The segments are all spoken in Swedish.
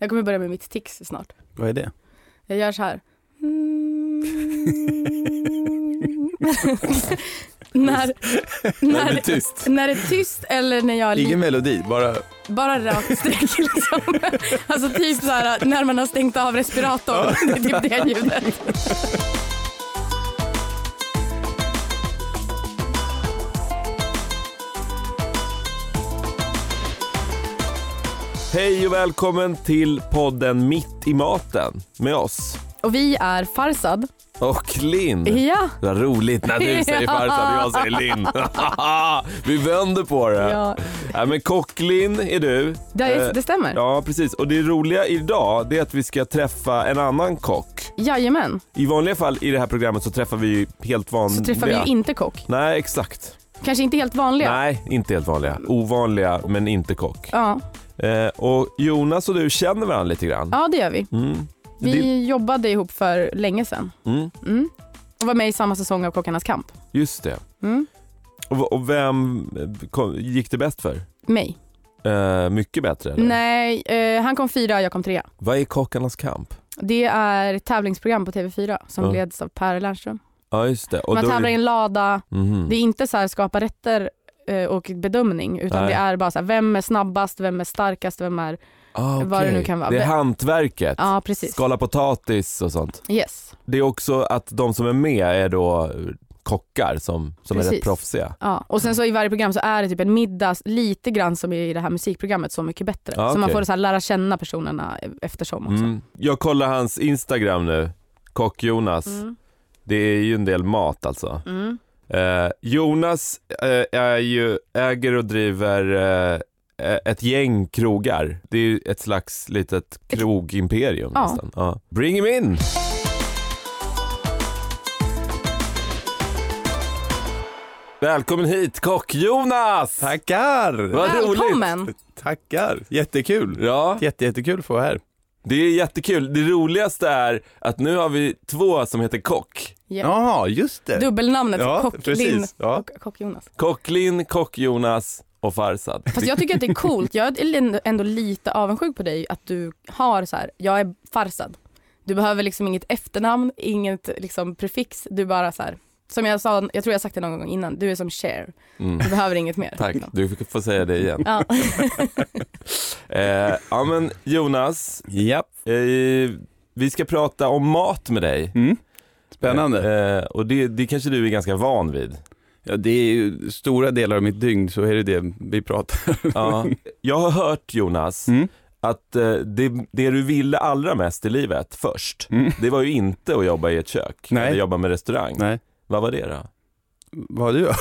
Jag kommer börja med mitt tics snart. Vad är det? Jag gör så här. när det är tyst eller när jag... Ingen melodi, Bara rakt streck liksom. Alltså typ så här när man har stängt av respiratorn. Det är typ det ljudet. Hej och välkommen till podden Mitt i maten med oss. Och vi är Farsad. Och Linn. Ja. Det är roligt när du säger Farsad och jag säger Linn. Vi vänder på det. Ja. Ja, men Kock-Linn är du. Det stämmer. Ja, precis. Och det roliga idag det är att vi ska träffa en annan kock. Jajamän. I vanliga fall i det här programmet så träffar vi ju helt vanliga. Så träffar vi ju inte kock. Nej, exakt. Kanske inte helt vanliga. Nej, inte helt vanliga. Ovanliga, men inte kock. Ja. Och Jonas och du känner varandra lite grann. Ja, det gör vi. Vi jobbade ihop för länge sedan. Och var med i samma säsong av Kockarnas kamp. Just det. Och vem gick det bäst för? Mig. Mycket bättre, eller? Nej, han kom 4, jag kom 3. Vad är Kockarnas kamp? Det är tävlingsprogram på TV4 som leds av Per Lernström. Ja, just det. Och man tävlar i en lada. Mm-hmm. Det är inte så här skapa rätter och bedömning, utan det är bara så här, vem är snabbast, vem är starkast, vem är vad det nu kan vara. Det är hantverket. Ja, precis. Skala potatis och sånt. Yes. Det är också att de som är med är då kockar som är rätt proffsiga. Ja, och sen så i varje program så är det typ en middag lite grann som i det här musikprogrammet, Så mycket bättre. Så man får så här lära känna personerna eftersom också. Jag kollar hans Instagram nu, Kock Jonas. Det är ju en del mat alltså. Jonas äger och driver ett gäng krogar. Det är ett slags litet krogimperium nästan. Ja. Bring him in! Välkommen hit, Kock Jonas! Tackar! Vad Välkommen! roligt! Tackar, jättekul. Ja. Jättekul att få vara här. Det är jättekul. Det roligaste är att nu har vi 2 som heter Kock. Ja, just det. Dubbelnamnet, Kock Linn och Kock Jonas. Kock Linn, Kock Jonas och Farsad. Fast jag tycker att det är coolt. Jag är ändå lite avundsjuk på dig att du har så här, jag är Farsad. Du behöver liksom inget efternamn, inget liksom prefix, du bara så här. Som jag sa, jag tror jag sagt det någon gång innan, du är som Cher. Du behöver inget mer. Tack, du får säga det igen. Ja. Ja men Jonas, vi ska prata om mat med dig. Spännande. Och det kanske du är ganska van vid. Ja, det är ju stora delar av mitt dygn, så är det vi pratar. Ja. Jag har hört, Jonas, att det du ville allra mest i livet först, det var ju inte att jobba i ett kök. Nej. Eller jobba med restaurang. Nej. Vad var det då? Vad du gör?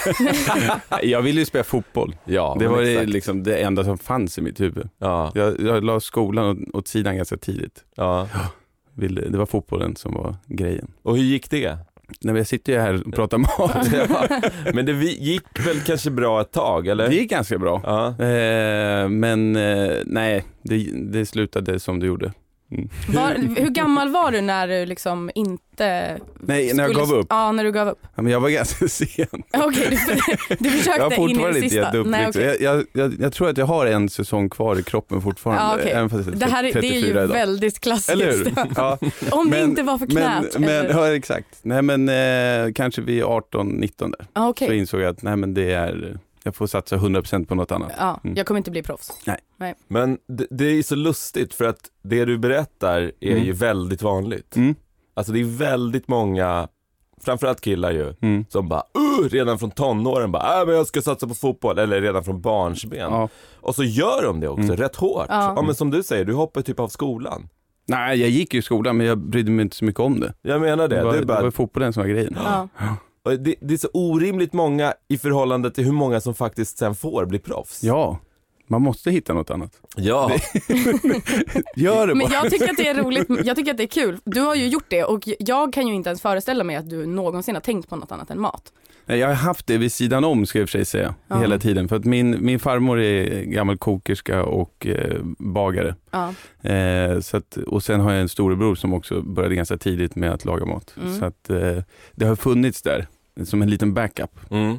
Jag ville ju spela fotboll. Ja, det var liksom det enda som fanns i mitt huvud. Ja. Jag la skolan åt sidan ganska tidigt. Ja. Det var fotbollen som var grejen. Och hur gick det? När jag sitter här och pratar mat. Men det gick väl kanske bra ett tag, eller? Det gick ganska bra. Ja. Men nej, det slutade som det gjorde. Hur gammal var du när du liksom inte... Nej, när jag gav upp. Ja, när du gav upp. Ja, men jag var ganska sen. Okej, du försökte jag har in i det inte sista. Upp, Nej, liksom. Jag tror att jag har en säsong kvar i kroppen fortfarande. Ja, okay. Även fast det är ju idag. väldigt klassiskt. Eller hur? Ja. Om det inte var för knät. Ja, exakt. Nej, men kanske vid 18-19 där. Okay. Så insåg jag att nej, men jag får satsa 100% på något annat. Ja, jag kommer inte bli proffs. Nej. Men det är så lustigt för att det du berättar är ju väldigt vanligt. Alltså det är väldigt många, framförallt killar ju, som bara redan från tonåren bara men jag ska satsa på fotboll, eller redan från barnsben. Ja. Och så gör de det också rätt hårt. Ja, men som du säger, du hoppar typ av skolan. Nej, jag gick ju i skolan, men jag brydde mig inte så mycket om det. Jag menar det. Det var fotbollen som var grejen. Ja. Och det är så orimligt många i förhållande till hur många som faktiskt sen får bli proffs. Ja, man måste hitta något annat. Ja. Gör det bara. Men jag tycker att det är roligt, jag tycker att det är kul. Du har ju gjort det och jag kan ju inte ens föreställa mig att du någonsin har tänkt på något annat än mat. Jag har haft det vid sidan om, ska jag för sig säga, hela tiden. För att min farmor är gammal kokerska och bagare. Ja. Så att, och sen har jag en storebror som också började ganska tidigt med att laga mat. Så att det har funnits där som en liten backup.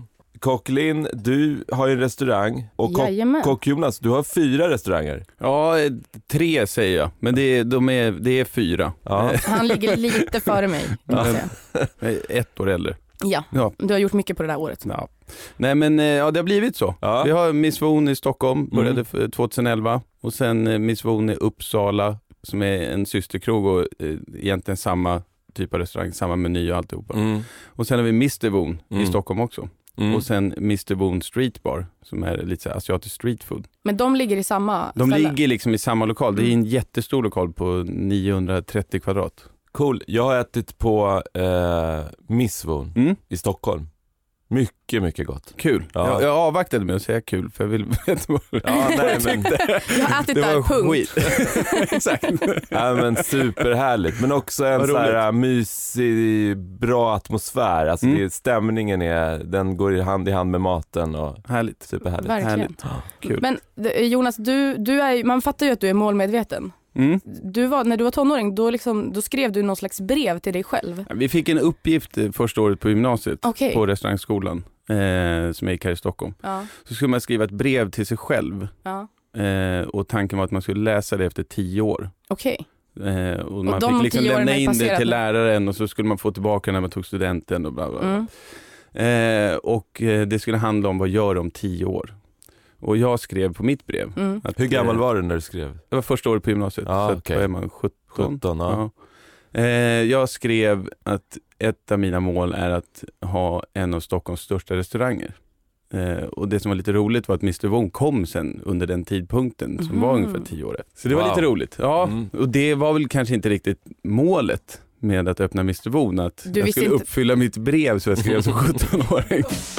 Kock Linn, du har ju en restaurang och Kock Jonas, du har 4 restauranger. Ja, 3 säger jag, men det är 4. Ja. Han ligger lite före mig, kan man säga. 1 år äldre. Ja, du har gjort mycket på det där året. Ja. Nej men ja, det har blivit så. Ja. Vi har Miss Von i Stockholm, började 2011 och sen Miss Von i Uppsala som är en systerkrog och egentligen samma typ av restaurang, samma meny och alltihopa. Och sen har vi Mr. Von i Stockholm också. Och sen Mr. Von Street Bar som är lite så asiatisk street food. Men de ligger i samma De ställe. ligger liksom i samma lokal. Det är en jättestor lokal på 930 kvadrat. Cool, jag har ätit på Miss Von i Stockholm. Mycket, mycket gott. Kul. Ja. Jag avvaktade med att säga kul för jag vill veta vad nej, men Jag har ätit där, punkt. Exakt. Ja, men superhärligt. Men också en så här mysig, bra atmosfär. Alltså stämningen den går hand i hand med maten och härligt. Superhärligt. Verkligen. Härligt. Kul. Men Jonas, du är, man fattar ju att du är målmedveten. När du var tonåring, då skrev du någon slags brev till dig själv. Vi fick en uppgift första året på gymnasiet på restaurangskolan som är här i Stockholm. Ja. Så skulle man skriva ett brev till sig själv. Ja. Och tanken var att man skulle läsa det efter 10 år. Okej. Och man fick liksom lämna in det till läraren och så skulle man få tillbaka när man tog studenten och bla bla bla. Och det skulle handla om vad gör om 10 år. Och jag skrev på mitt brev. Att, hur gammal var du när du skrev? Det var första året på gymnasiet. Så då är man 17. Ja. Jag skrev att ett av mina mål är att ha en av Stockholms största restauranger. Och det som var lite roligt var att Mr. Von kom sen under den tidpunkten som var ungefär 10 år. Så det var lite roligt. Ja, och det var väl kanske inte riktigt målet med att öppna Mr. Von. Att jag skulle uppfylla mitt brev så jag skrev som 17-åring.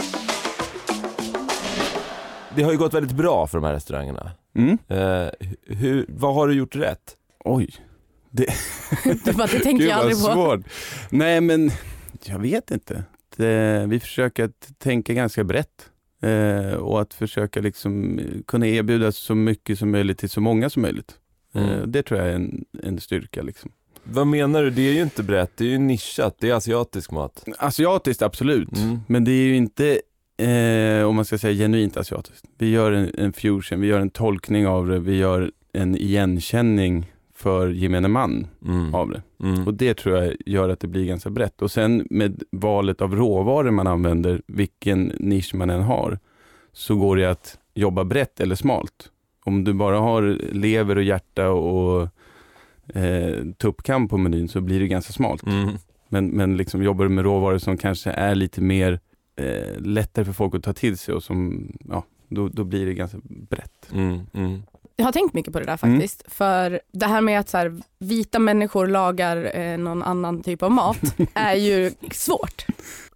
Det har ju gått väldigt bra för de här restaurangerna. Vad har du gjort rätt? Oj. Det tänker jag aldrig på. Svårt. Nej, men jag vet inte. Vi försöker att tänka ganska brett. Och att försöka liksom kunna erbjuda så mycket som möjligt till så många som möjligt. Det tror jag är en styrka liksom. Vad menar du? Det är ju inte brett, det är ju nischat, det är asiatisk mat. Asiatiskt, absolut. Men det är ju inte om man ska säga genuint asiatiskt. Vi gör en fusion, vi gör en tolkning av det, vi gör en igenkänning för gemene man av det. Och det tror jag gör att det blir ganska brett. Och sen med valet av råvaror man använder, vilken nisch man än har, så går det att jobba brett eller smalt. Om du bara har lever och hjärta och tuppkam på menyn så blir det ganska smalt. Men liksom jobbar du med råvaror som kanske är lite mer lättare för folk att ta till sig och som, då blir det ganska brett. Jag har tänkt mycket på det där faktiskt. För det här med att så här, vita människor lagar någon annan typ av mat är ju svårt.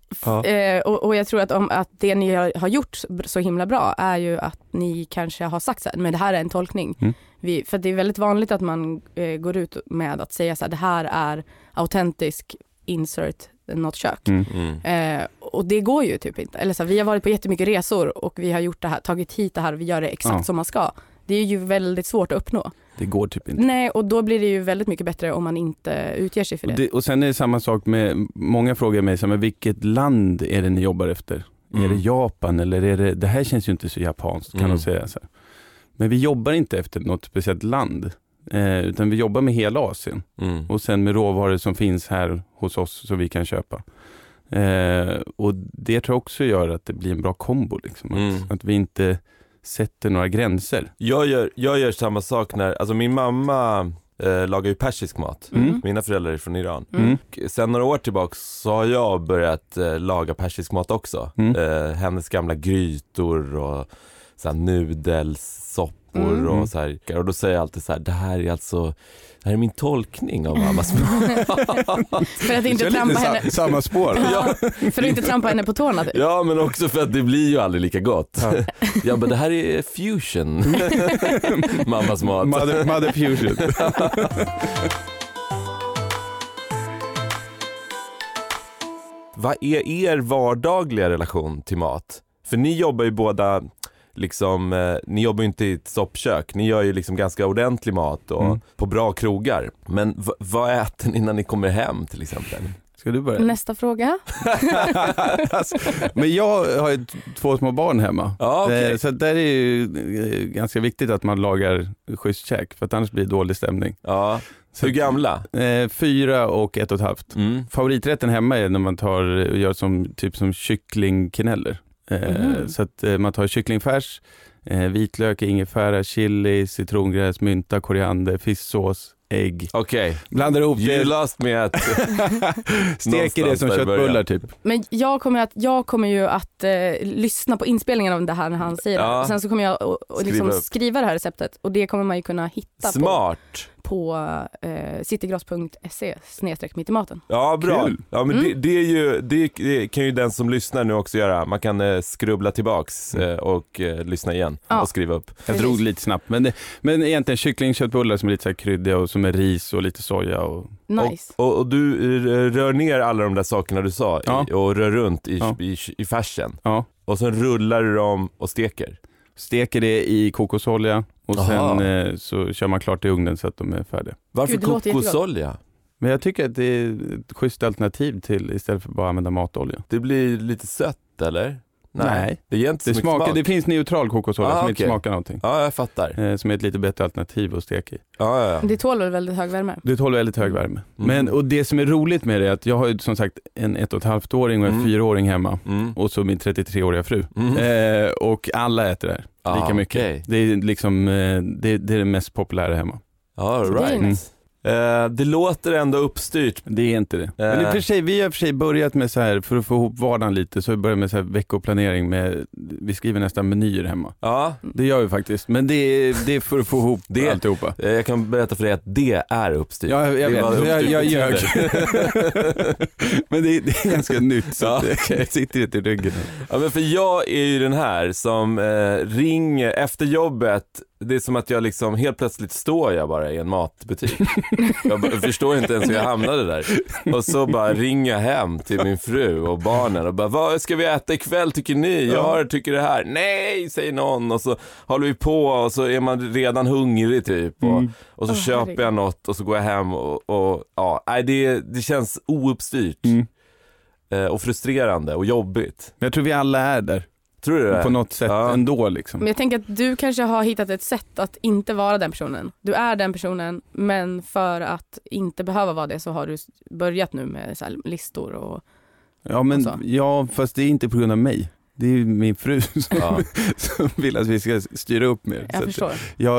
Och jag tror att det ni har gjort så himla bra är ju att ni kanske har sagt så här, men det här är en tolkning. För det är väldigt vanligt att man går ut med att säga så här, det här är autentisk insert något kök. Och det går ju typ inte. Eller så här, vi har varit på jättemycket resor och vi har gjort det här, tagit hit det här och vi gör det exakt som man ska. Det är ju väldigt svårt att uppnå. Det går typ inte. Nej, och då blir det ju väldigt mycket bättre om man inte utger sig för det. Och sen är det samma sak med, många frågar mig, så här, men vilket land är det ni jobbar efter? Är det Japan eller är det här känns ju inte så japanskt kan de säga så här. Men vi jobbar inte efter något speciellt land. Utan vi jobbar med hela Asien. Och sen med råvaror som finns här hos oss som vi kan köpa. Och det tror jag också gör att det blir en bra kombo. Liksom. Att vi inte sätter några gränser. Jag gör samma sak alltså min mamma lagar ju persisk mat. Mina föräldrar är från Iran. Sen några år tillbaka så har jag börjat laga persisk mat också. Hennes gamla grytor och så här nudelsoppor och så här. Och då säger jag alltid så här, det här är min tolkning av mammas mat. För att inte trampa henne. Samma spår. För att inte trampa henne på tårna typ. Ja, men också för att det blir ju aldrig lika gott. Ja, men det här är fusion. Mammas mat. Mother fusion. Vad är er vardagliga relation till mat? För ni jobbar ju båda liksom, ni jobbar ju inte i ett soppkök. Ni gör ju liksom ganska ordentlig mat och på bra krogar. Men vad äter ni när ni kommer hem till exempel? Ska du börja? Nästa fråga. Alltså, men jag har ju 2 små barn hemma. Ja, okay. Så där är ju ganska viktigt att man lagar schysst käk, för att annars blir det dålig stämning. Ja. Så hur gamla? 4 och 1,5. Favoriträtten hemma är när man gör som kycklingkneller. Så att man tar kycklingfärs, vitlök, ingefära, chili, citrongräs, mynta, koriander, fisksås, ägg. Okej. Blandar ihop det. Last med att steker det som köttbullar typ. Men jag kommer ju att lyssna på inspelningen av det här när han säger det. Och sen så kommer jag att liksom skriva det här receptet. Och det kommer man ju kunna hitta på citygross.se/mitt-i-maten. Ja, bra. Kul. Ja, men det kan ju den som lyssnar nu också göra. Man kan skrubbla tillbaks och lyssna igen och skriva upp. Jag drog lite snabbt, men egentligen kycklingköttbullar som är lite så här kryddiga och som är ris och lite soja. Nice. Och du rör ner alla de där sakerna du sa och rör runt i färsen. Ja. Och sen rullar du dem och steker. Steker det i kokosolja och sen så kör man klart i ugnen så att de är färdiga. Varför kokosolja? Men jag tycker att det är ett schysst alternativ till istället för bara att använda matolja. Det blir lite sött, eller? Nej. Det ger inte så mycket smak. Det finns neutral kokosolja som inte smakar någonting. Ja, jag fattar. Som är ett lite bättre alternativ att steka i. Ja. Det tål väl väldigt hög värme? Det tål väldigt hög värme. Och det som är roligt med det är att jag har ju som sagt en 1,5-åring och en 4-åring hemma. Och så min 33-åriga fru. Och alla äter det här lika mycket. Okay. Det är liksom det är det mest populära hemma. All right. Det låter ändå uppstyrt. Det är inte det. Men i och för sig, vi har för sig börjat med så här, för att få ihop vardagen lite, så har vi börjat med så här veckoplanering vi skriver nästan menyer hemma. Ja. Det gör vi faktiskt. Men det är för att få ihop alltihopa. Jag kan berätta för dig att det är uppstyrt. Ja, jag ljög. Men det är ganska nytt, så jag sitter inte i ryggen. Ja, men för jag är ju den här som ringer efter jobbet. Det är som att jag liksom helt plötsligt står jag bara i en matbutik. Jag förstår inte ens hur jag hamnade där. Och så bara ringer jag hem till min fru och barnen och bara, vad ska vi äta ikväll tycker ni? Jag tycker det här. Nej, säger någon. Och så håller vi på och så är man redan hungrig typ. Och så köper jag något och så går jag hem och det känns ouppstyrt. Och frustrerande och jobbigt. Jag tror vi alla är där. Tror du det? På något sätt ändå liksom. Men jag tänker att du kanske har hittat ett sätt att inte vara den personen. Du är den personen, men för att inte behöva vara det så har du börjat nu med så här listor och fast det är inte på grund av mig. Det är ju min fru som vill att vi ska styra upp mer. Jag förstår.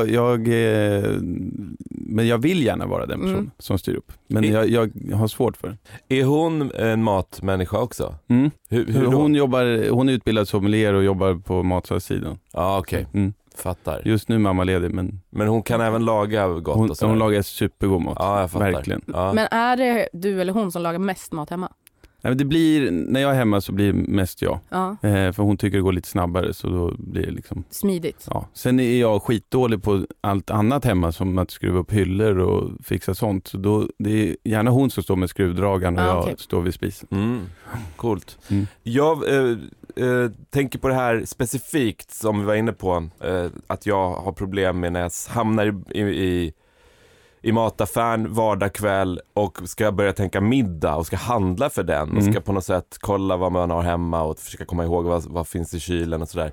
Men jag vill gärna vara den person som styr upp. Men jag har svårt för det. Är hon en matmänniska också? Hon är utbildad sommelier och jobbar på matsalssidan. Ja, okej. Fattar. Just nu är mamma ledig, men hon kan även laga gott och så. Hon lagar supergod mat. Ja, jag fattar. Verkligen. Ja. Men är det du eller hon som lagar mest mat hemma? Nej, men det blir, när jag är hemma så blir det mest jag. För hon tycker det går lite snabbare, så då blir det liksom smidigt. Ja. Sen är jag skitdålig på allt annat hemma, som att skruva upp hyllor och fixa sånt. Så då, det är gärna hon som står med skruvdragaren och jag står vid spisen. Coolt. Jag tänker på det här specifikt som vi var inne på, att jag har problem med när jag hamnar i mataffären vardagkväll och ska börja tänka middag och ska handla för den och ska på något sätt kolla vad man har hemma och försöka komma ihåg vad finns i kylen och sådär.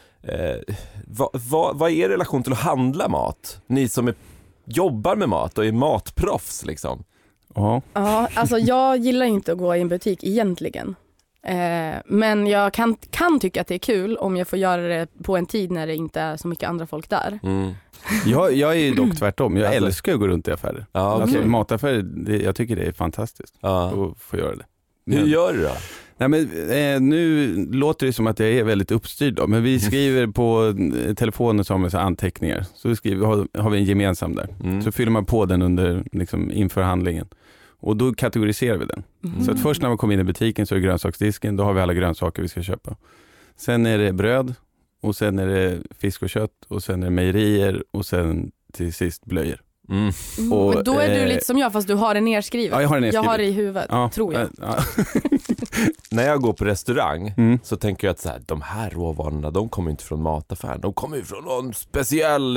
Vad är relation till att handla mat? Ni som jobbar med mat och är matproffs liksom. Ja, alltså jag gillar inte att gå i en butik egentligen. Men jag kan tycka att det är kul om jag får göra det på en tid när det inte är så mycket andra folk där. Jag är ju dock tvärtom. Jag älskar att gå runt i affärer. Alltså, mataffärer, jag tycker det är fantastiskt att få göra det. Hur gör du då? Nej, men, nu låter det som att jag är väldigt uppstyrd då, men vi skriver på telefonen som så anteckningar. Så har vi en gemensam där. Så fyller man på den under inför handlingen. Och då kategoriserar vi den. Så att först när man kommer in i butiken så är det grönsaksdisken. Då har vi alla grönsaker vi ska köpa. Sen är det bröd. Och sen är det fisk och kött. Och sen är det mejerier. Och sen till sist blöjor. Och, men då är du lite som jag, fast du har det nerskrivet. Ja, jag har det nerskrivet. Jag har det i huvudet, tror jag. När jag går på restaurang så tänker jag att så här, de här råvarorna, de kommer inte från mataffären. De kommer ju från någon speciell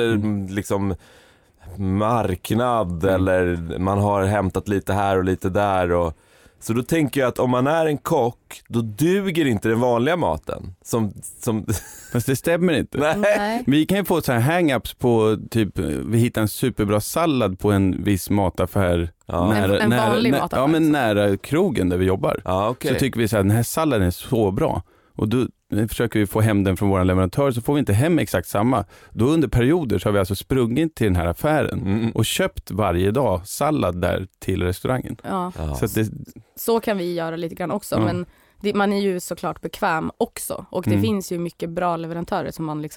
marknad eller man har hämtat lite här och lite där och Så då tänker jag att om man är en kock, då duger inte den vanliga maten. Som... Fast det stämmer inte. Nej. Vi kan ju få så här hang-ups på typ, vi hittar en superbra sallad på en viss mataffär. Ja. En vanlig mataffär. Ja, men nära krogen där vi jobbar. Ja, okay. Så tycker vi så här, den här salladen är så bra. Och då försöker vi få hem den från vår leverantör, så får vi inte hem exakt samma. Då under perioder så har vi alltså sprungit till den här affären och köpt varje dag sallad där till restaurangen. Ja. Så, att Så kan vi göra lite grann också, men man är ju såklart bekväm också. Och det finns ju mycket bra leverantörer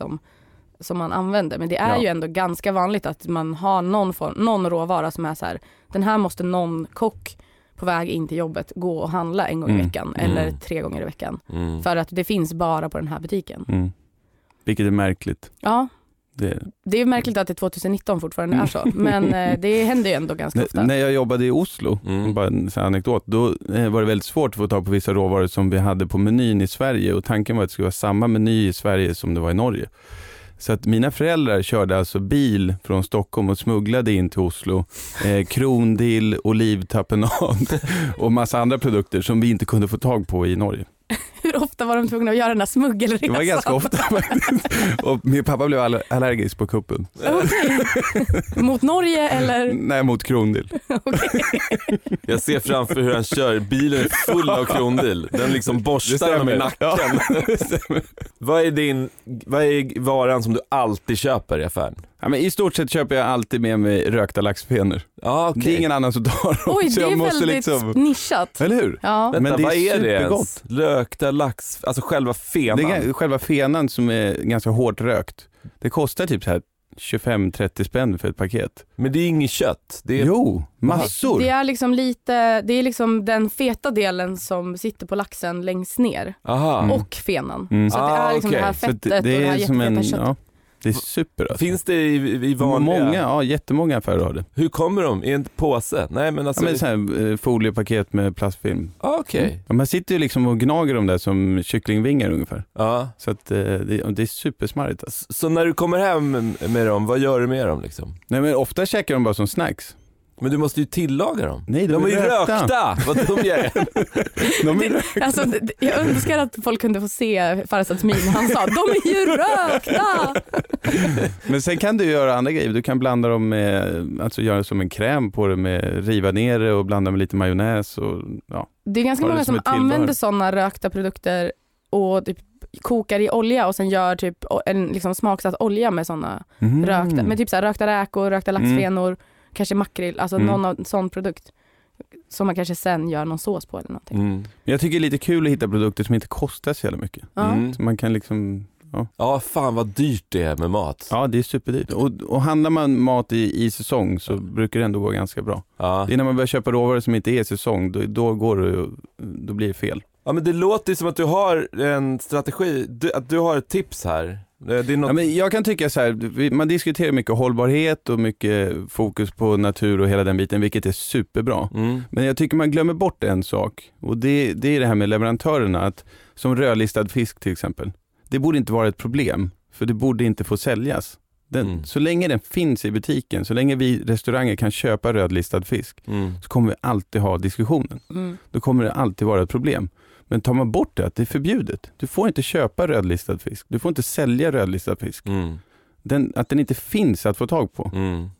som man använder. Men det är ju ändå ganska vanligt att man har någon råvara som är så här, den här måste någon kock på väg in till jobbet gå och handla en gång i veckan eller 3 gånger i veckan. För att det finns bara på den här butiken. Vilket är märkligt. Ja, det är märkligt att det 2019 fortfarande är så. Men det händer ju ändå ganska ofta. När jag jobbade i Oslo, bara en sån anekdot, då var det väldigt svårt att få tag på vissa råvaror som vi hade på menyn i Sverige. Och tanken var att det skulle vara samma meny i Sverige som det var i Norge. Så att mina föräldrar körde alltså bil från Stockholm och smugglade in till Oslo krondill, olivtapenad och massa andra produkter som vi inte kunde få tag på i Norge. Hur ofta var de tvungna att göra den här smuggelresan? Det var ganska ofta faktiskt. Och min pappa blev allergisk på kuppen. Okay. Mot Norge eller? Nej, mot krondill. Okay. Jag ser framför hur han kör, bilen är full av krondill. Den liksom borstar honom i nacken. Ja. Vad är varan som du alltid köper i affären? Ja, men i stort sett köper jag alltid med mig rökta laxfenor. Ah, okay. Det är ingen annan som tar dem. Oj, så det är jag måste väldigt nischat. Eller hur? Ja. Vänta, men det vad är det supergott. ens? Rökta lax, alltså själva fenan? Det är själva fenan som är ganska hårt rökt. Det kostar typ så här 25-30 spänn för ett paket. Men det är inget kött. Det är... Jo, massor. Det är liksom den feta delen som sitter på laxen längst ner. Aha. Och fenan. Så att det är liksom det här fettet det och det här jättefeta köttet. Ja, det är super. Alltså. Finns det i vanliga? Jättemånga affärer har det. Hur kommer de? I en påse? Nej, men alltså... Ja, men så här, foliepaket med plastfilm. Okej. Ja, man sitter ju liksom och gnager dem där som kycklingvingar ungefär. Ja. Så att det är supersmarrigt. Alltså. Så när du kommer hem med dem, vad gör du med dem liksom? Nej, men ofta käkar de bara som snacks. Men du måste ju tillaga dem. Nej, de är ju rökta. Vad dum jag är. De är rökta. Alltså, jag önskar att folk kunde få se Farsads min. Han sa, de är ju rökta! Men sen kan du göra andra grejer. Du kan blanda dem med, alltså göra som en kräm på det med, riva ner det och blanda med lite majonnäs och ja. Det är ganska många som använder sådana rökta produkter och typ kokar i olja och sen gör typ en liksom smaksatt olja med sådana rökta, med typ så här rökta räkor, rökta laxfenor, kanske makrill, alltså någon sån produkt som man kanske sen gör någon sås på eller någonting. Jag tycker det är lite kul att hitta produkter som inte kostar så jävla mycket. Så man kan liksom... Ja, fan vad dyrt det är med mat. Ja, det är superdyrt. Och handlar man mat i säsong så brukar det ändå gå ganska bra. Ja. Det är när man börjar köpa råvaror som inte är i säsong, då blir det fel. Ja, men det låter som att du har en strategi, att du har ett tips här. Det är något... Ja, men jag kan tycka så här, man diskuterar mycket hållbarhet och mycket fokus på natur och hela den biten, vilket är superbra. Men jag tycker man glömmer bort en sak, och det är det här med leverantörerna, att som rödlistad fisk till exempel, det borde inte vara ett problem, för det borde inte få säljas. Så länge den finns i butiken, så länge vi restauranger kan köpa rödlistad fisk, så kommer vi alltid ha diskussionen. Då kommer det alltid vara ett problem. Men tar man bort det, att det är förbjudet. Du får inte köpa rödlistad fisk. Du får inte sälja rödlistad fisk. Att den inte finns att få tag på.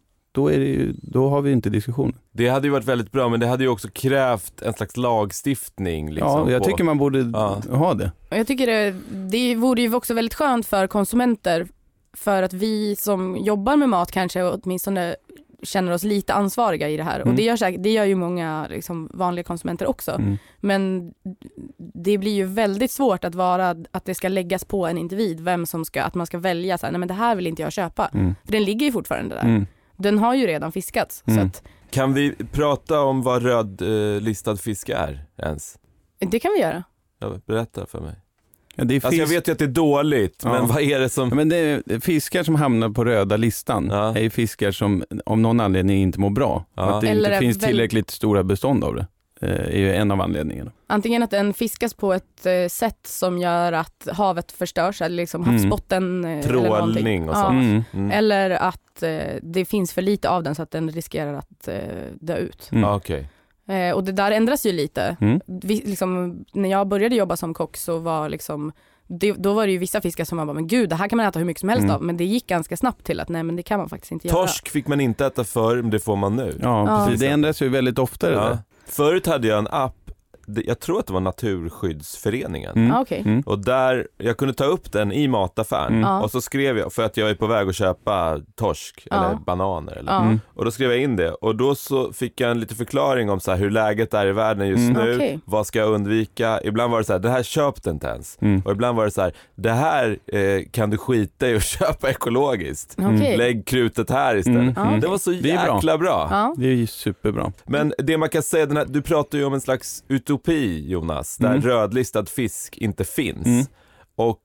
Då har vi inte diskussion. Det hade ju varit väldigt bra, men det hade ju också krävt en slags lagstiftning. Liksom, ja, jag tycker man borde ha det. Jag tycker det vore ju också väldigt skönt för konsumenter, för att vi som jobbar med mat kanske åtminstone känner oss lite ansvariga i det här. Och det gör ju många liksom vanliga konsumenter också. Men det blir ju väldigt svårt att det ska läggas på en individ, att man ska välja så här, nej men det här vill inte jag köpa. För den ligger ju fortfarande där. Den har ju redan fiskats. Så att, kan vi prata om vad rödlistad fisk är ens? Det kan vi göra. Ja, berätta för mig. Ja, det är alltså jag vet ju att det är dåligt, men vad är det som... Ja, men det är fiskar som hamnar på röda listan är ju fiskar som av någon anledning inte mår bra. Att det inte finns tillräckligt stora bestånd av det är ju en av anledningarna. Antingen att den fiskas på ett sätt som gör att havet förstörs, eller liksom havsbotten trålning och sånt. Eller att det finns för lite av den så att den riskerar att dö ut. Okay. Och det där ändras ju lite. Liksom, när jag började jobba som kock så var liksom, då var det ju vissa fiskar som man bara, men gud, det här kan man äta hur mycket som helst av. Men det gick ganska snabbt till att nej, men det kan man faktiskt inte göra. Torsk fick man inte äta förr, men det får man nu. Ja, precis. Det ändras ju väldigt ofta. Ja. Förut hade jag en app, jag tror att det var Naturskyddsföreningen. Och där, jag kunde ta upp den i mataffären och så skrev jag, för att jag är på väg att köpa torsk eller bananer eller. Och då skrev jag in det och då så fick jag en lite förklaring om så här, hur läget är i världen just nu, vad ska jag undvika. Ibland var det så här, det här köpte inte ens. Och ibland var det så här, det här kan du skita i och köpa ekologiskt. Lägg krutet här istället. Det var så jäkla bra. Det är ju superbra. Men det man kan säga, du pratar ju om en slags utopi, Jonas, där rödlistad fisk inte finns. Och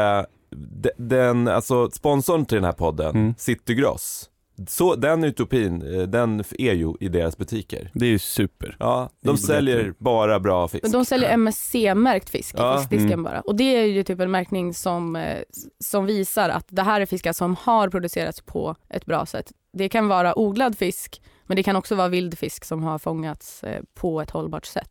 alltså sponsorn till den här podden, Citygross, så den utopin, den är ju i deras butiker. Det är ju super. Ja, de säljer bara bra fisk. Men de säljer MSC-märkt fisk i fiskdisken bara. Och det är ju typ en märkning som visar att det här är fiskar som har producerats på ett bra sätt. Det kan vara odlad fisk, men det kan också vara vild fisk som har fångats på ett hållbart sätt.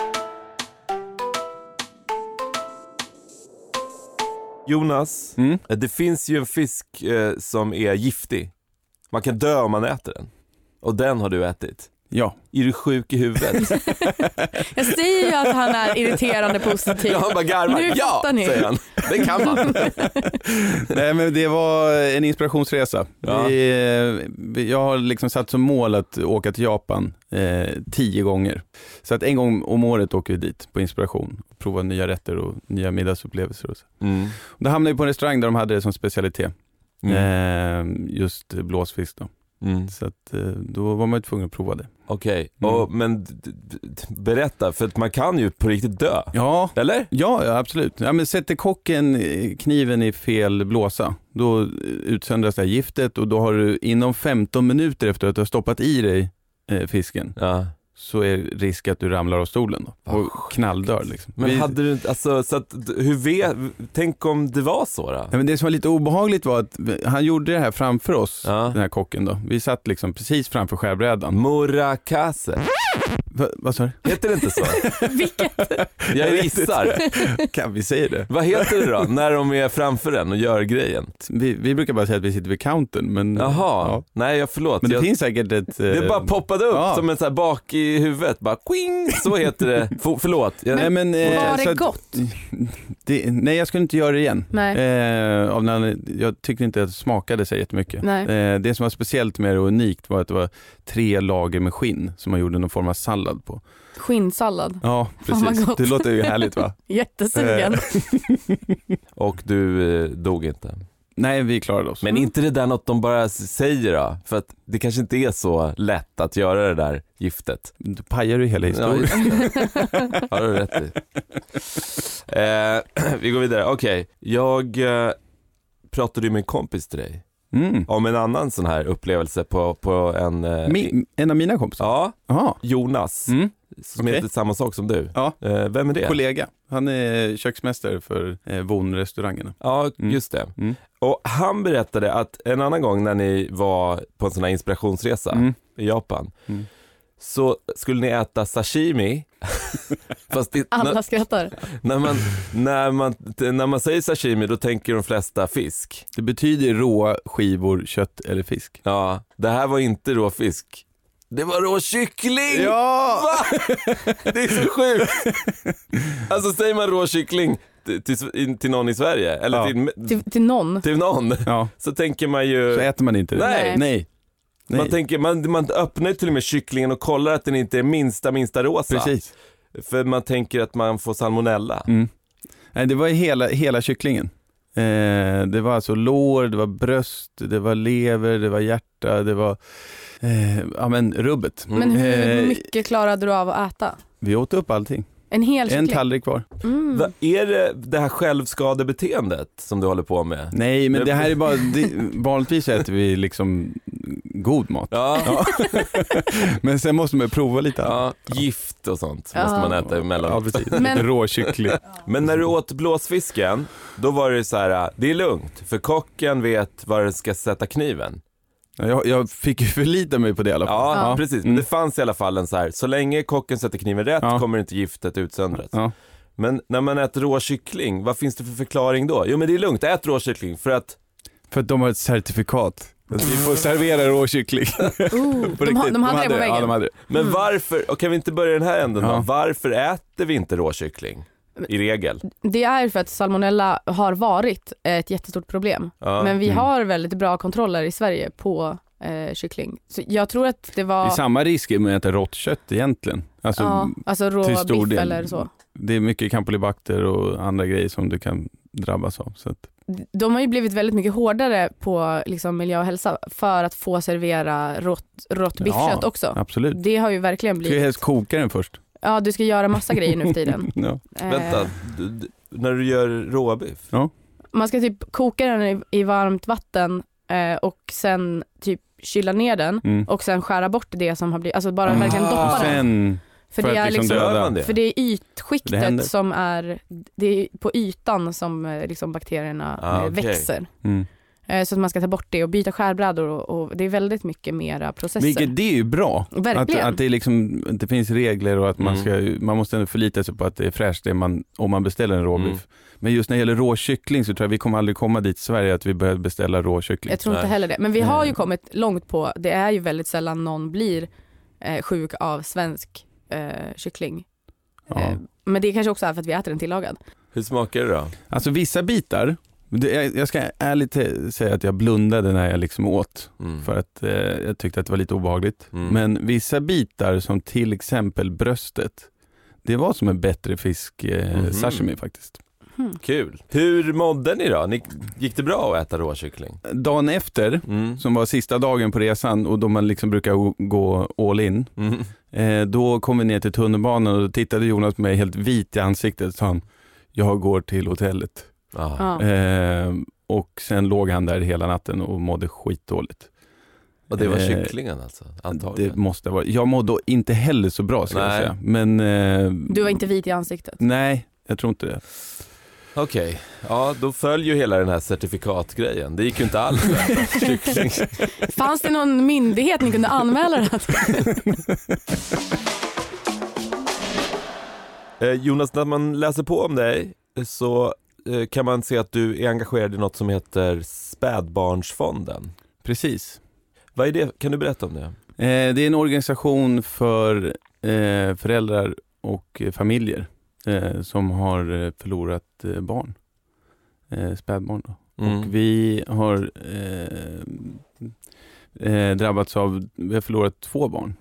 Jonas, det finns ju en fisk som är giftig. Man kan dö om man äter den. Och den har du ätit. Ja. Är du sjuk i huvudet? Jag säger ju att han är irriterande positiv. Ja, han bara garvar. Nu fattar ni. Säger han. Det kan man. Nej, men det var en inspirationsresa. Ja. Jag har liksom satt som mål att åka till Japan 10 gånger. Så att en gång om året åker vi dit på inspiration. Prova nya rätter och nya middagsupplevelser. Och så. Då hamnade vi på en restaurang där de hade det som specialitet. Just blåsfisk då. Så att då var man ju tvungen att prova det. Okej, men berätta, för att man kan ju på riktigt dö. Ja. Eller? Ja, absolut. Ja, men sätter kocken kniven i fel blåsa, då utsöndras det här giftet och då har du inom 15 minuter efter att du har stoppat i dig fisken så är risk att du ramlar av stolen då, och knalldör liksom. Men hade du inte, alltså, så att, tänk om det var så då? Ja, men det som var lite obehagligt var att han gjorde det här framför oss, den här kocken då. Vi satt liksom precis framför skärbrädan. Murakase. Vad sa du? Heter det inte så? Vilket? Jag gissar. Kan vi säga det? Vad heter det då, när de är framför den och gör grejen? Vi brukar bara säga att vi sitter vid countern, men... Jaha, nej förlåt. Men det finns säkert ett... Det bara poppade upp som en så här bak i huvudet, bara quing, så heter det. Förlåt. Nej, men, var det gott? Nej, jag skulle inte göra det igen. Nej. Jag tyckte inte att det smakade sig jättemycket. Det som var speciellt med det och unikt var att det var 3 lager med skinn som man gjorde någon form av sallad på. Skinnsallad. Ja, precis. Det låter ju härligt, va? Jättesugen. Och du dog inte? Nej, vi klarade oss. Men inte det där något de bara säger då? För att det kanske inte är så lätt att göra det där giftet. Då pajar du hela historien. Har du rätt i. Vi går vidare. Okej, jag pratade ju med en kompis till dig. Om en annan sån här upplevelse på en av mina kompisar? Ja, aha. Jonas. Som heter samma sak som du. Ja. Vem är det? Kollega. Han är köksmästare för Von-restaurangerna. Ja, just det. Och han berättade att en annan gång när ni var på en sån här inspirationsresa i Japan så skulle ni äta sashimi. Fast alla skrattar. När man säger sashimi då tänker de flesta fisk. Det betyder rå skivor, kött eller fisk. Ja, det här var inte rå fisk. Det var rå kyckling! Ja! Va? Det är så sjukt! Alltså säger man rå kyckling till någon i Sverige eller till någon. Till någon. Ja. Så tänker man ju... Så äter man inte det. Nej. Man tänker, man öppnar till och med kycklingen och kollar att den inte är minsta rosa. Precis. För man tänker att man får salmonella. Nej, det var hela kycklingen. Det var alltså lår, det var bröst, det var lever, det var hjärta, det var rubbet. Men hur mycket klarade du av att äta? Vi åt upp allting. En hel kyckling? En tallrik kvar. Är det här självskadebeteendet som du håller på med? Nej, men det här är bara... vanligtvis äter vi liksom god mat. Ja. Men sen måste man prova lite. Ja, gift och sånt måste man äta emellanåt. Ja, precis. Råkyckling. Men när du åt blåsfisken, då var det så här, det är lugnt. För kocken vet var den ska sätta kniven. Jag fick ju förlita mig på det i alla fall. Ja, precis. Men det fanns i alla fall en så här, så länge kocken sätter kniven rätt kommer inte giftet utsöndras. Ja. Men när man äter rå kyckling, vad finns det för förklaring då? Jo men det är lugnt, ät rå kyckling för att de har ett certifikat. Alltså, vi får servera rå kyckling. De hade det på väggen. Ja, de hade det. Men varför, och kan vi inte börja den här änden då? Varför äter vi inte rå kyckling? I regel. Det är för att salmonella har varit ett jättestort problem. Men vi har väldigt bra kontroller i Sverige på kyckling. Så jag tror att det var... Det är samma risk med att äta rått kött egentligen. Alltså rå biff eller så. Det är mycket campylobacter och andra grejer som du kan drabbas av. Så att... De har ju blivit väldigt mycket hårdare på liksom, miljö och hälsa för att få servera rått biffkött också. Absolut. Det har ju verkligen blivit... Ska jag helst koka den först? Ja, du ska göra massa grejer nu för tiden. Vänta, när du gör råbiff? Ja. Man ska typ koka den i varmt vatten och sen typ kyla ner den och sen skära bort det som har blivit, alltså bara verkligen doppa den. För det är liksom, för det är ytskiktet som är, det är på ytan som liksom bakterierna växer. Så att man ska ta bort det och byta skärbrädor och det är väldigt mycket mera processer. Vilket det är ju bra. Verkligen. Att det, är liksom, det finns regler och att man måste ändå förlita sig på att det är fräscht om man beställer en råbiff. Men just när det gäller råkyckling så tror jag vi kommer aldrig komma dit i Sverige att vi börjar beställa råkyckling. Jag tror inte heller det. Men vi har ju kommit långt på, det är ju väldigt sällan någon blir sjuk av svensk kyckling. Men det kanske också är för att vi äter den tillagad. Hur smakar det då? Alltså vissa bitar, jag ska ärligt säga att jag blundade när jag liksom åt för att jag tyckte att det var lite obehagligt. Men vissa bitar som till exempel bröstet, det var som en bättre fisk sashimi faktiskt. Kul. Hur mådde ni då? Gick det bra att äta råkyckling? Dagen efter, som var sista dagen på resan och då man liksom brukar gå all in, då kom vi ner till tunnelbanan och då tittade Jonas på mig helt vit i ansiktet och sa jag går till hotellet. Och sen låg han där hela natten och mådde skitdåligt. Och det var kycklingen alltså? Antagligen. Det måste vara. Jag mådde inte heller så bra ska jag säga. Men, du var inte vit i ansiktet? Nej, jag tror inte det. Okej, ja då följer ju hela den här certifikatgrejen. Det gick ju inte alls. Fanns det någon myndighet ni kunde anmäla det? Jonas, när man läser på om dig så kan man se att du är engagerad i något som heter Spädbarnsfonden. Precis. Vad är det? Kan du berätta om det? Det är en organisation för föräldrar och familjer som har förlorat barn, spädbarn då. Och vi har drabbats av, vi har förlorat 2 barn.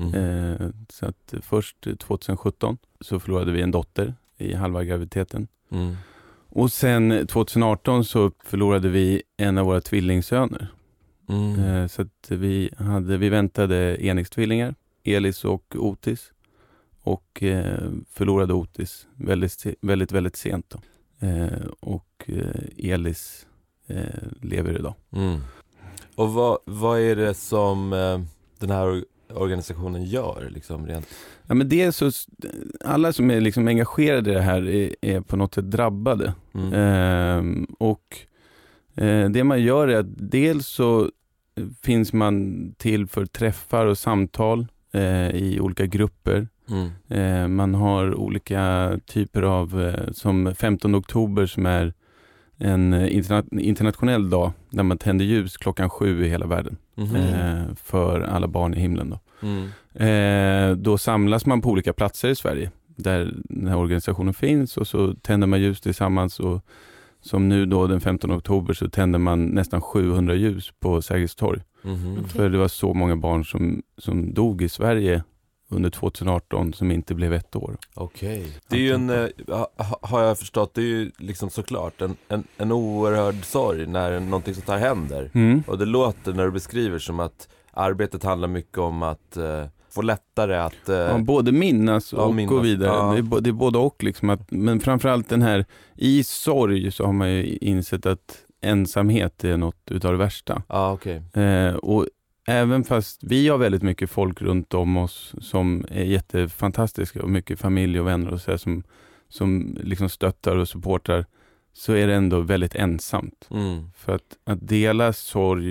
Så att först 2017 så förlorade vi en dotter i halva graviditeten. Och sen 2018 så förlorade vi en av våra tvillingsöner. Så att vi väntade enäggstvillingar, Elis och Otis. Och förlorade Otis väldigt, väldigt sent då. Och Elis lever idag. Och vad är det som den här organisationen gör liksom rent? Ja, men det är så, alla som är liksom engagerade i det här är på något sätt drabbade. Och det man gör är att dels så finns man till för träffar och samtal i olika grupper. Man har olika typer av, som 15 oktober som är en internationell dag där man tänder ljus 7:00 i hela världen för alla barn i himlen då. Då samlas man på olika platser i Sverige där den här organisationen finns och så tänder man ljus tillsammans och som nu då den 15 oktober så tänder man nästan 700 ljus på Sergels torg. För det var så många barn som dog i Sverige under 2018 som inte blev 1 år. Okej. Det är ju har jag förstått, det är ju liksom såklart en oerhörd sorg när någonting sånt här händer. Och det låter när du beskriver som att arbetet handlar mycket om att få lättare att... både minnas och gå vidare. Det är både och liksom men framförallt den här, i sorg så har man ju insett att ensamhet är något utav det värsta. Och även fast vi har väldigt mycket folk runt om oss som är jättefantastiska och mycket familj och vänner och så här, som liksom stöttar och supportar, så är det ändå väldigt ensamt. För att dela sorg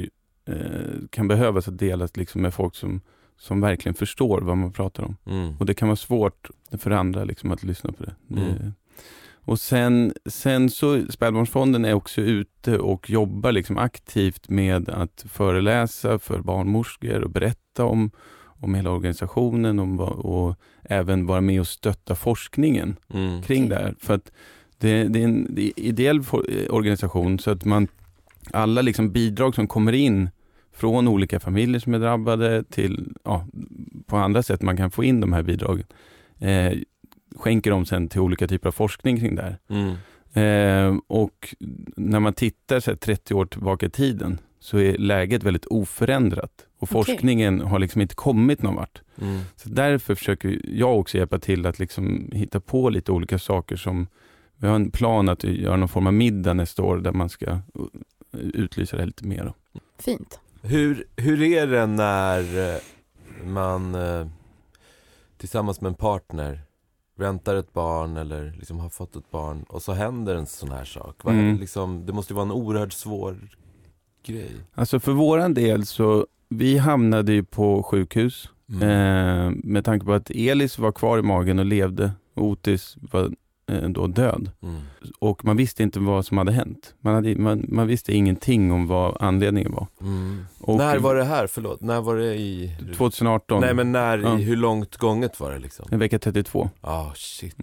kan behövas att delas liksom med folk som verkligen förstår vad man pratar om. Och det kan vara svårt för andra liksom att lyssna på det. Och sen så Spädbarnsfonden är också ute och jobbar liksom aktivt med att föreläsa för barnmorskor och berätta om hela organisationen och även vara med och stötta forskningen kring det här. För att det är en ideell organisation, så att alla liksom bidrag som kommer in från olika familjer som är drabbade till på andra sätt man kan få in de här bidragen, skänker de sen till olika typer av forskning kring det här. Och när man tittar så här 30 år tillbaka i tiden så är läget väldigt oförändrat. Och forskningen har liksom inte kommit någon vart. Så därför försöker jag också hjälpa till att liksom hitta på lite olika saker. Som vi har en plan att göra någon form av middag nästa år där man ska utlysa det lite mer. Fint. Hur är det när man tillsammans med en partner väntar ett barn eller liksom har fått ett barn och så händer en sån här sak? Det måste ju vara en oerhört svår grej. Alltså för våran del så vi hamnade ju på sjukhus med tanke på att Elis var kvar i magen och levde och Otis var då död. Och man visste inte vad som hade hänt. Man visste ingenting om vad anledningen var. Och när var det här? Förlåt. När var det i 2018? Nej, men hur långt gånget var det liksom? En vecka 32. Shit.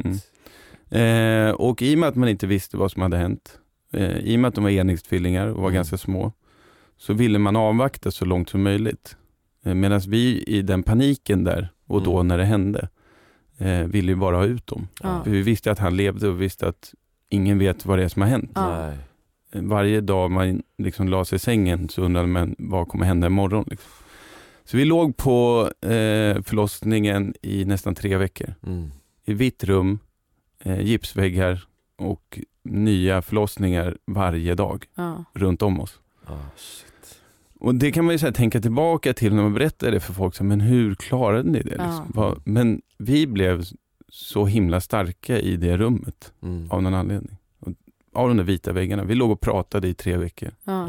Och i och med att man inte visste vad som hade hänt, i och med att de var enäggstvillingar och var ganska små, så ville man avvakta så långt som möjligt. Medan vi i den paniken där och då när det hände ville ju bara ha ut dem. För vi visste att han levde och visste att ingen vet vad det är som har hänt. Varje dag man liksom la sig i sängen så undrade man vad kommer hända imorgon. Liksom. Så vi låg på förlossningen i nästan 3 veckor. I vitt rum, gipsväggar och nya förlossningar varje dag runt om oss. Shit. Och det kan man ju så här tänka tillbaka till när man berättar det för folk. Så, men hur klarade ni det? Liksom? Men vi blev så himla starka i det rummet av någon anledning. Och av de där vita väggarna. Vi låg och pratade i 3 veckor.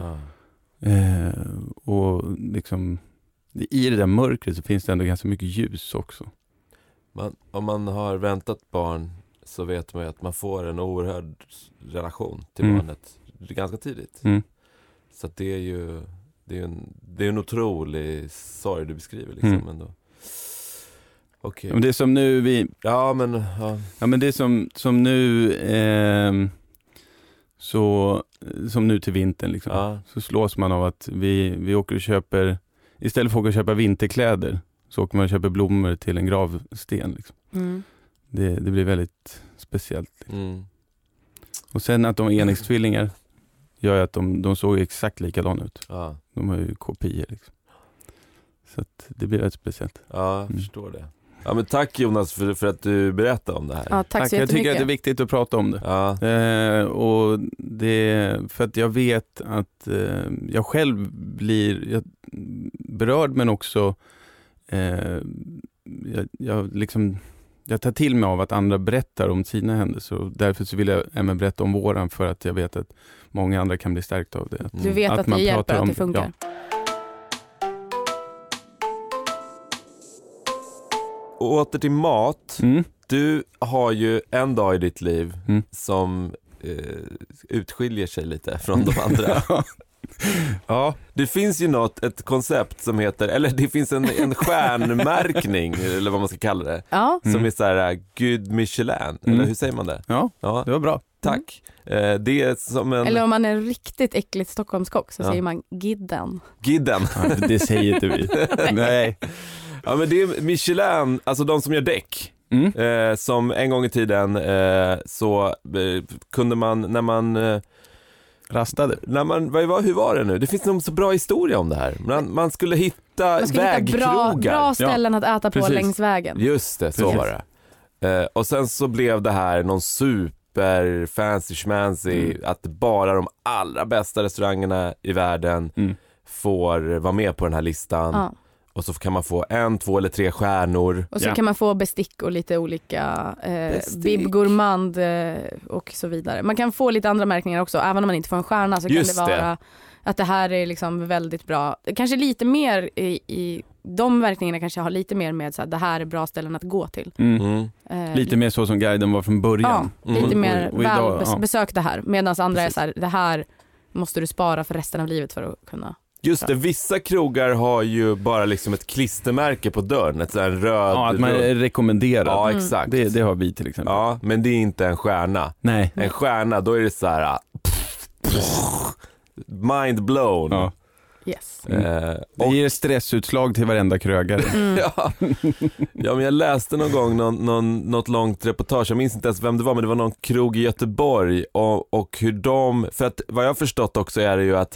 Och liksom i det där mörkret så finns det ändå ganska mycket ljus också. Om man har väntat barn så vet man ju att man får en oerhörd relation till barnet ganska tidigt. Så att det är ju en otrolig sorg du beskriver liksom ändå. Okej. Men det är som nu men det är som nu som nu till vintern liksom. Så slås man av att vi åker och köper, istället för att åka och köpa vinterkläder så åker man och köper blommor till en gravsten liksom. Det blir väldigt speciellt liksom. Och sen att de är enäggstvillingar gör att de såg exakt likadana ut. De har ju kopior liksom. Så att det blir väldigt speciellt. Jag förstår det. Ja, men tack Jonas för att du berättade om det här. Tack så jag tycker att det är viktigt att prata om det. Och det för att jag vet att jag själv blir berörd, men också jag tar till mig av att andra berättar om sina händelser, och därför så vill jag även berätta om våran, för att jag vet att många andra kan bli stärkta av det. Du vet att det hjälper, att det funkar. Och åter till mat. Du har ju en dag i ditt liv som utskiljer sig lite från de andra. Det finns ju ett koncept som heter, eller det finns en stjärnmärkning eller vad man ska kalla det, som är så här Good Michelin, eller hur säger man det? Ja, det var bra. Tack. Det är som eller om man är riktigt äckligt Stockholmskock så säger man Gidden. Det säger inte vi. Nej. Ja, men det är Michelin, alltså de som gör däck. Som en gång i tiden så kunde man när man rastade. Hur var det nu? Det finns någon så bra historia om det här. Man skulle hitta vägkrogar. Bra ställen att äta på längs vägen. Just det, så var det. Och sen så blev det här någon super fancy schmancy, att bara de allra bästa restaurangerna i världen får vara med på den här listan. Och så kan man få 1, 2 eller 3 stjärnor. Och så kan man få bestick och lite olika Bib Gourmand och så vidare. Man kan få lite andra märkningar också. Även om man inte får en stjärna så kan det vara Att det här är liksom väldigt bra. Kanske lite mer i de verkningarna kanske har lite mer med så att det här är bra ställen att gå till. Lite mer så som guiden var från början. Ja, lite mer besök det här. Medan andra är så här, det här måste du spara för resten av livet för att kunna. Just det, vissa krogar har ju bara liksom ett klistermärke på dörren, ett sån röd... Ja, att man är rekommenderad. Ja, exakt. Det har vi till exempel. Ja, men det är inte en stjärna. Nej. En stjärna, då är det så här... mind blown. Ja. Yes. Det ger stressutslag till varenda krögare. Ja, men jag läste någon gång något långt reportage, jag minns inte ens vem det var, men det var någon krog i Göteborg och hur de, för att vad jag har förstått också är det ju att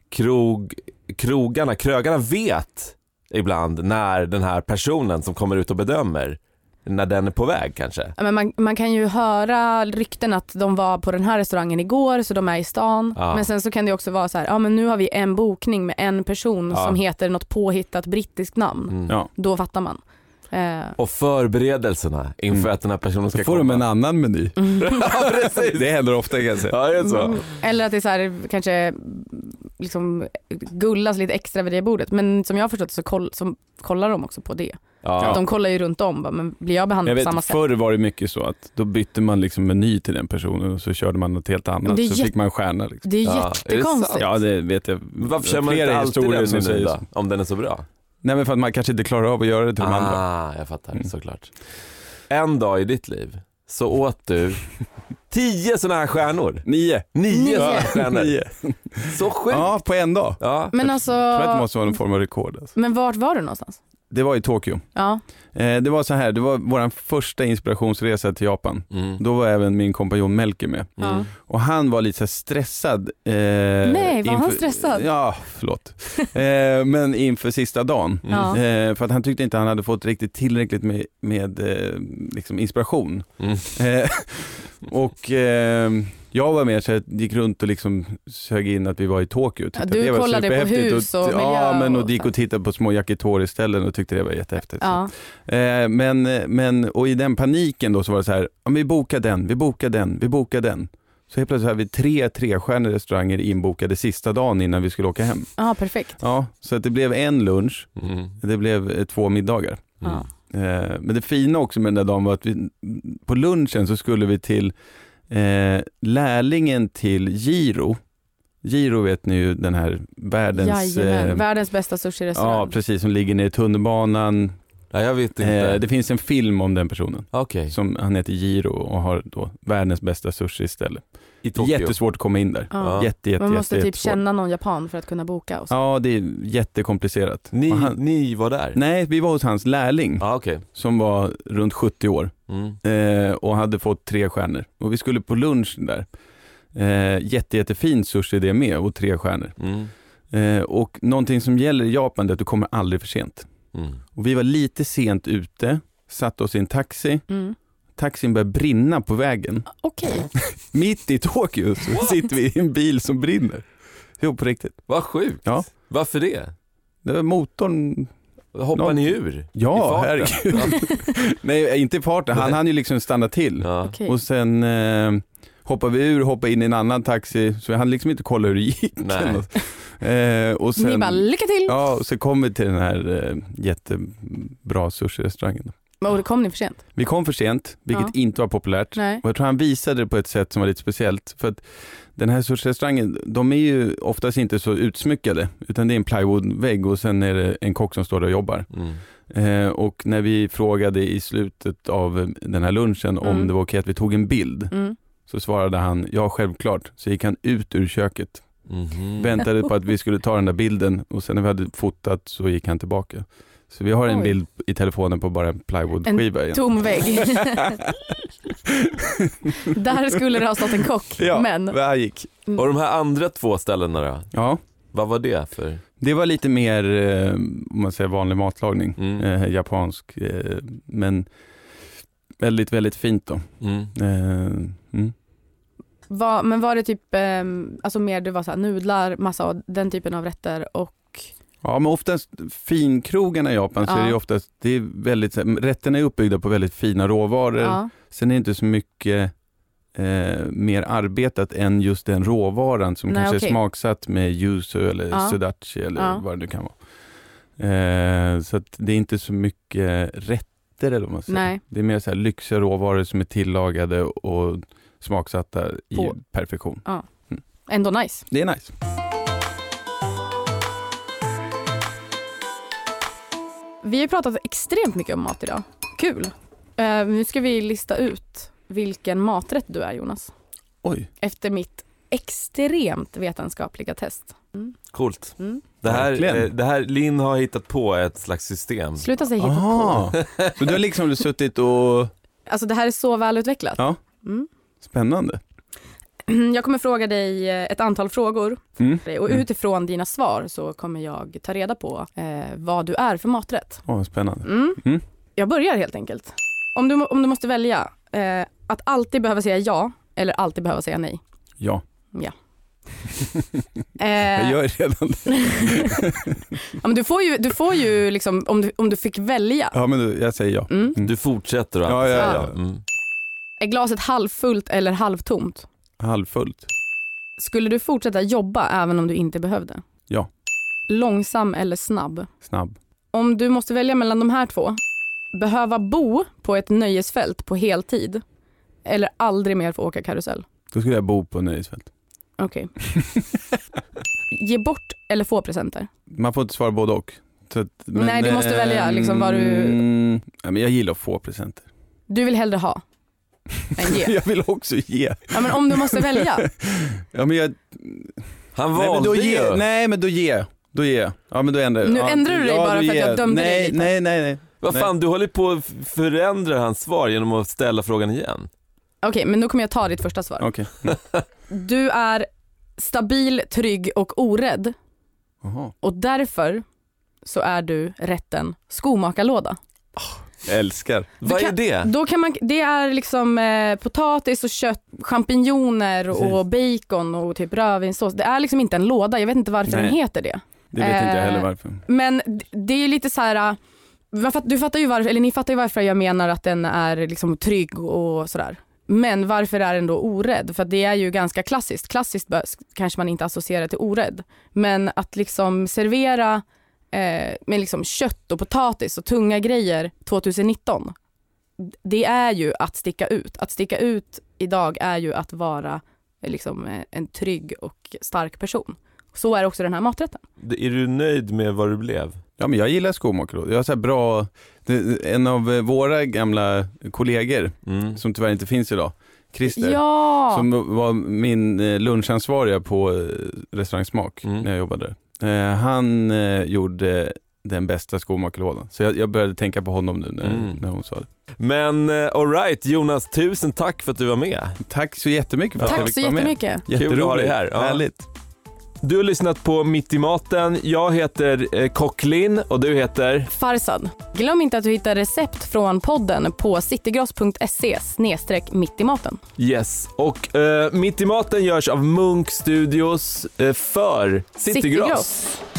krögarna vet ibland när den här personen som kommer ut och bedömer, när den är på väg kanske. Men man kan ju höra rykten att de var på den här restaurangen igår så de är i stan. Ja. Men sen så kan det också vara så här, men nu har vi en bokning med en person som heter något påhittat brittiskt namn. Då fattar man. Och förberedelserna inför att den här personen ska komma. Får de en annan meny. Ja, precis. Det händer ofta kan jag säga. Ja, det är så. Eller att det är så här, kanske liksom gullas lite extra vid det bordet. Men som jag har förstått så kollar de också på det. Ja. De kollar ju runt om, men blir jag behandlad på samma sätt? Förr var det mycket så att då bytte man liksom meny till den personen och så körde man något helt annat, så fick man stjärna. Liksom. Det är jättekonstigt. Ja, det vet jag. Varför kör man inte alltid den menyn då, om den är så bra? Nej, men för att man kanske inte klarar av att göra det till de andra. Jag fattar, såklart. En dag i ditt liv så åt du 10 såna här stjärnor. 9 såna här stjärnor. 9. Så sjukt. Ja, på en dag. Ja. Men alltså... Jag tror att det måste vara någon form av rekord. Alltså. Men vart var du någonstans? Det var i Tokyo. Ja. Det var så här, det var vår första inspirationsresa till Japan. Då var även min kompanjon Melker med. Och han var lite så stressad. Nej, var han stressad? Ja, förlåt. Men inför sista dagen. För att han tyckte inte han hade fått riktigt tillräckligt med liksom inspiration. Och jag var med så jag gick runt och liksom sög in att vi var i Tokyo. Du det kollade på hus och miljö. Ja, men och gick och tittade på små yakitori-ställen och tyckte det var jättehäftigt. Ja. Men och i den paniken då så var det så här, vi bokar den. Så helt plötsligt hade vi 3 stjärnor restauranger inbokade sista dagen innan vi skulle åka hem. Ja, perfekt. Ja, så att det blev en lunch, det blev 2 middagar. Men det fina också med den där dagen var att på lunchen så skulle vi till lärlingen till Giro. Giro vet ni ju, den här världens bästa sushi-restaurang. Ja, precis, som ligger nere i tunnelbanan. Ja, jag vet inte. Det finns en film om den personen. Okay. Som han heter Giro och har då världens bästa sushi istället. I Tokyo. Jättesvårt att komma in där. Man måste typ känna någon japan för att kunna boka. Och så. Ja, det är jättekomplicerat. Ni var där? Nej, vi var hos hans lärling. Okay. Som var runt 70 år. Och hade fått 3 stjärnor. Och vi skulle på lunch där. Jättefin sushi det med och 3 stjärnor. Och någonting som gäller i Japan är att du kommer aldrig för sent. Och vi var lite sent ute, satt oss i en taxi. Taxin började brinna på vägen. Okej. Mitt i Tokyo så sitter vi i en bil som brinner. Jo, på riktigt. Vad sjukt. Ja. Varför det? Det var motorn. Hoppar ni ur? Ja, herregud. Nej, inte i farten. Han hann ju liksom stanna till. Ja. Okay. Och sen hoppade vi ur, hoppade in i en annan taxi. Så vi hann liksom inte kolla hur det gick. Och sen, ni bara, lycka till! Ja, och så kom vi till den här jättebra sushi-restaurangen. Och kom ni för sent? Vi kom för sent, vilket inte var populärt. Nej. Och jag tror han visade det på ett sätt som var lite speciellt. För att den här sushi-restaurangen, de är ju oftast inte så utsmyckade. Utan det är en plywoodvägg och sen är det en kock som står där och jobbar. Och när vi frågade i slutet av den här lunchen om det var okej att vi tog en bild. Så svarade han, ja självklart. Så gick han ut ur köket. Väntade på att vi skulle ta den där bilden. Och sen när vi hade fotat så gick han tillbaka. Så vi har en bild i telefonen på bara en plywoodskiva. En tom vägg. Där skulle det ha stått en kock. Ja, men det gick. Och de här andra 2 ställena då? Ja. Vad var det för? Det var lite mer om man säger vanlig matlagning. Japansk. Men väldigt, väldigt fint då. Men var det typ alltså mer det var så här, nudlar, massa och den typen av rätter och... Ja, men oftast finkrogarna i Japan så är det oftast, det är väldigt, rätterna är uppbyggda på väldigt fina råvaror. Sen är det inte så mycket mer arbetat än just den råvaran som kanske är smaksatt med yuzu eller sudachi eller vad det kan vara. Så att det är inte så mycket rätter eller vad man säger. Nej. Det är mer så här lyxiga råvaror som är tillagade och smaksatta i perfektion. Ja. Ändå nice. Det är nice. Vi har pratat extremt mycket om mat idag. Kul. Nu ska vi lista ut vilken maträtt du är, Jonas. Oj. Efter mitt extremt vetenskapliga test. Coolt. Det här Linn har hittat på ett slags system. Sluta säga hittat på. Så du har liksom suttit och... Alltså det här är så välutvecklat. Ja. Spännande. Jag kommer fråga dig ett antal frågor. Och utifrån dina svar så kommer jag ta reda på vad du är för maträtt. Spännande. Jag börjar helt enkelt. Om du måste välja att alltid behöva säga ja eller alltid behöva säga nej. Ja. Jag gör redan det. Ja, men du får ju liksom, om du fick välja. Ja, men jag säger ja. Du fortsätter då. Ja. Är glaset halvfullt eller halvtomt? Halvfullt. Skulle du fortsätta jobba även om du inte behövde? Ja. Långsam eller snabb? Snabb. Om du måste välja mellan de här två, behöva bo på ett nöjesfält på heltid eller aldrig mer få åka karusell? Då skulle jag bo på nöjesfält. Okej. Ge bort eller få presenter? Man får inte svara både och. Så att, nej, du måste välja liksom vad du... Ja, men jag gillar att få presenter. Du vill hellre ha än ge? Jag vill också ge. Ja, men om du måste välja? Ja, men jag... Han valde ju. Nej, men då ger. Ja, men då ändrar nu ändrar du dig bara för att jag dömde dig lite. Nej. Vad fan, du håller på att förändra hans svar genom att ställa frågan igen. Okej, men då kommer jag ta ditt första svar. Okej. Du är stabil, trygg och orädd. Aha. Och därför så är du rätten skomakarlåda. Jag älskar. Vad är det? Då kan man, det är liksom potatis och kött, champinjoner och bacon och typ rödvinssås. Det är liksom inte en låda. Jag vet inte varför den heter det. Det vet inte jag heller varför. Men det är lite så här... Du fattar ju varför, eller ni fattar ju varför jag menar att den är liksom trygg och sådär. Men varför är den då orädd? För att det är ju ganska klassiskt. Klassiskt kanske man inte associerar till orädd. Men att liksom servera med liksom kött och potatis och tunga grejer 2019. Det är ju att sticka ut. Att sticka ut idag är ju att vara liksom en trygg och stark person. Så är också den här maträtten. Är du nöjd med vad du blev? Ja, men jag gillar skomakarlåda. Jag har så här bra... En av våra gamla kollegor som tyvärr inte finns idag, Christer, som var min lunchansvariga på restaurang Smak när jag jobbade där. Han gjorde den bästa skomakarlådan. Så jag började tänka på honom nu när hon sa det. Men all right, Jonas, tusen tack för att du var med. Tack så jättemycket för att jag fick vara med. Tack så jättemycket. Jätteroligt. Kul att ha dig här. Ja. Härligt. Du har lyssnat på Mitt i maten. Jag heter Cocklin och du heter Farsad. Glöm inte att du hittar recept från podden på citygross.se/mittimaten. Yes, och Mitt i maten görs av Munk Studios för Citygross.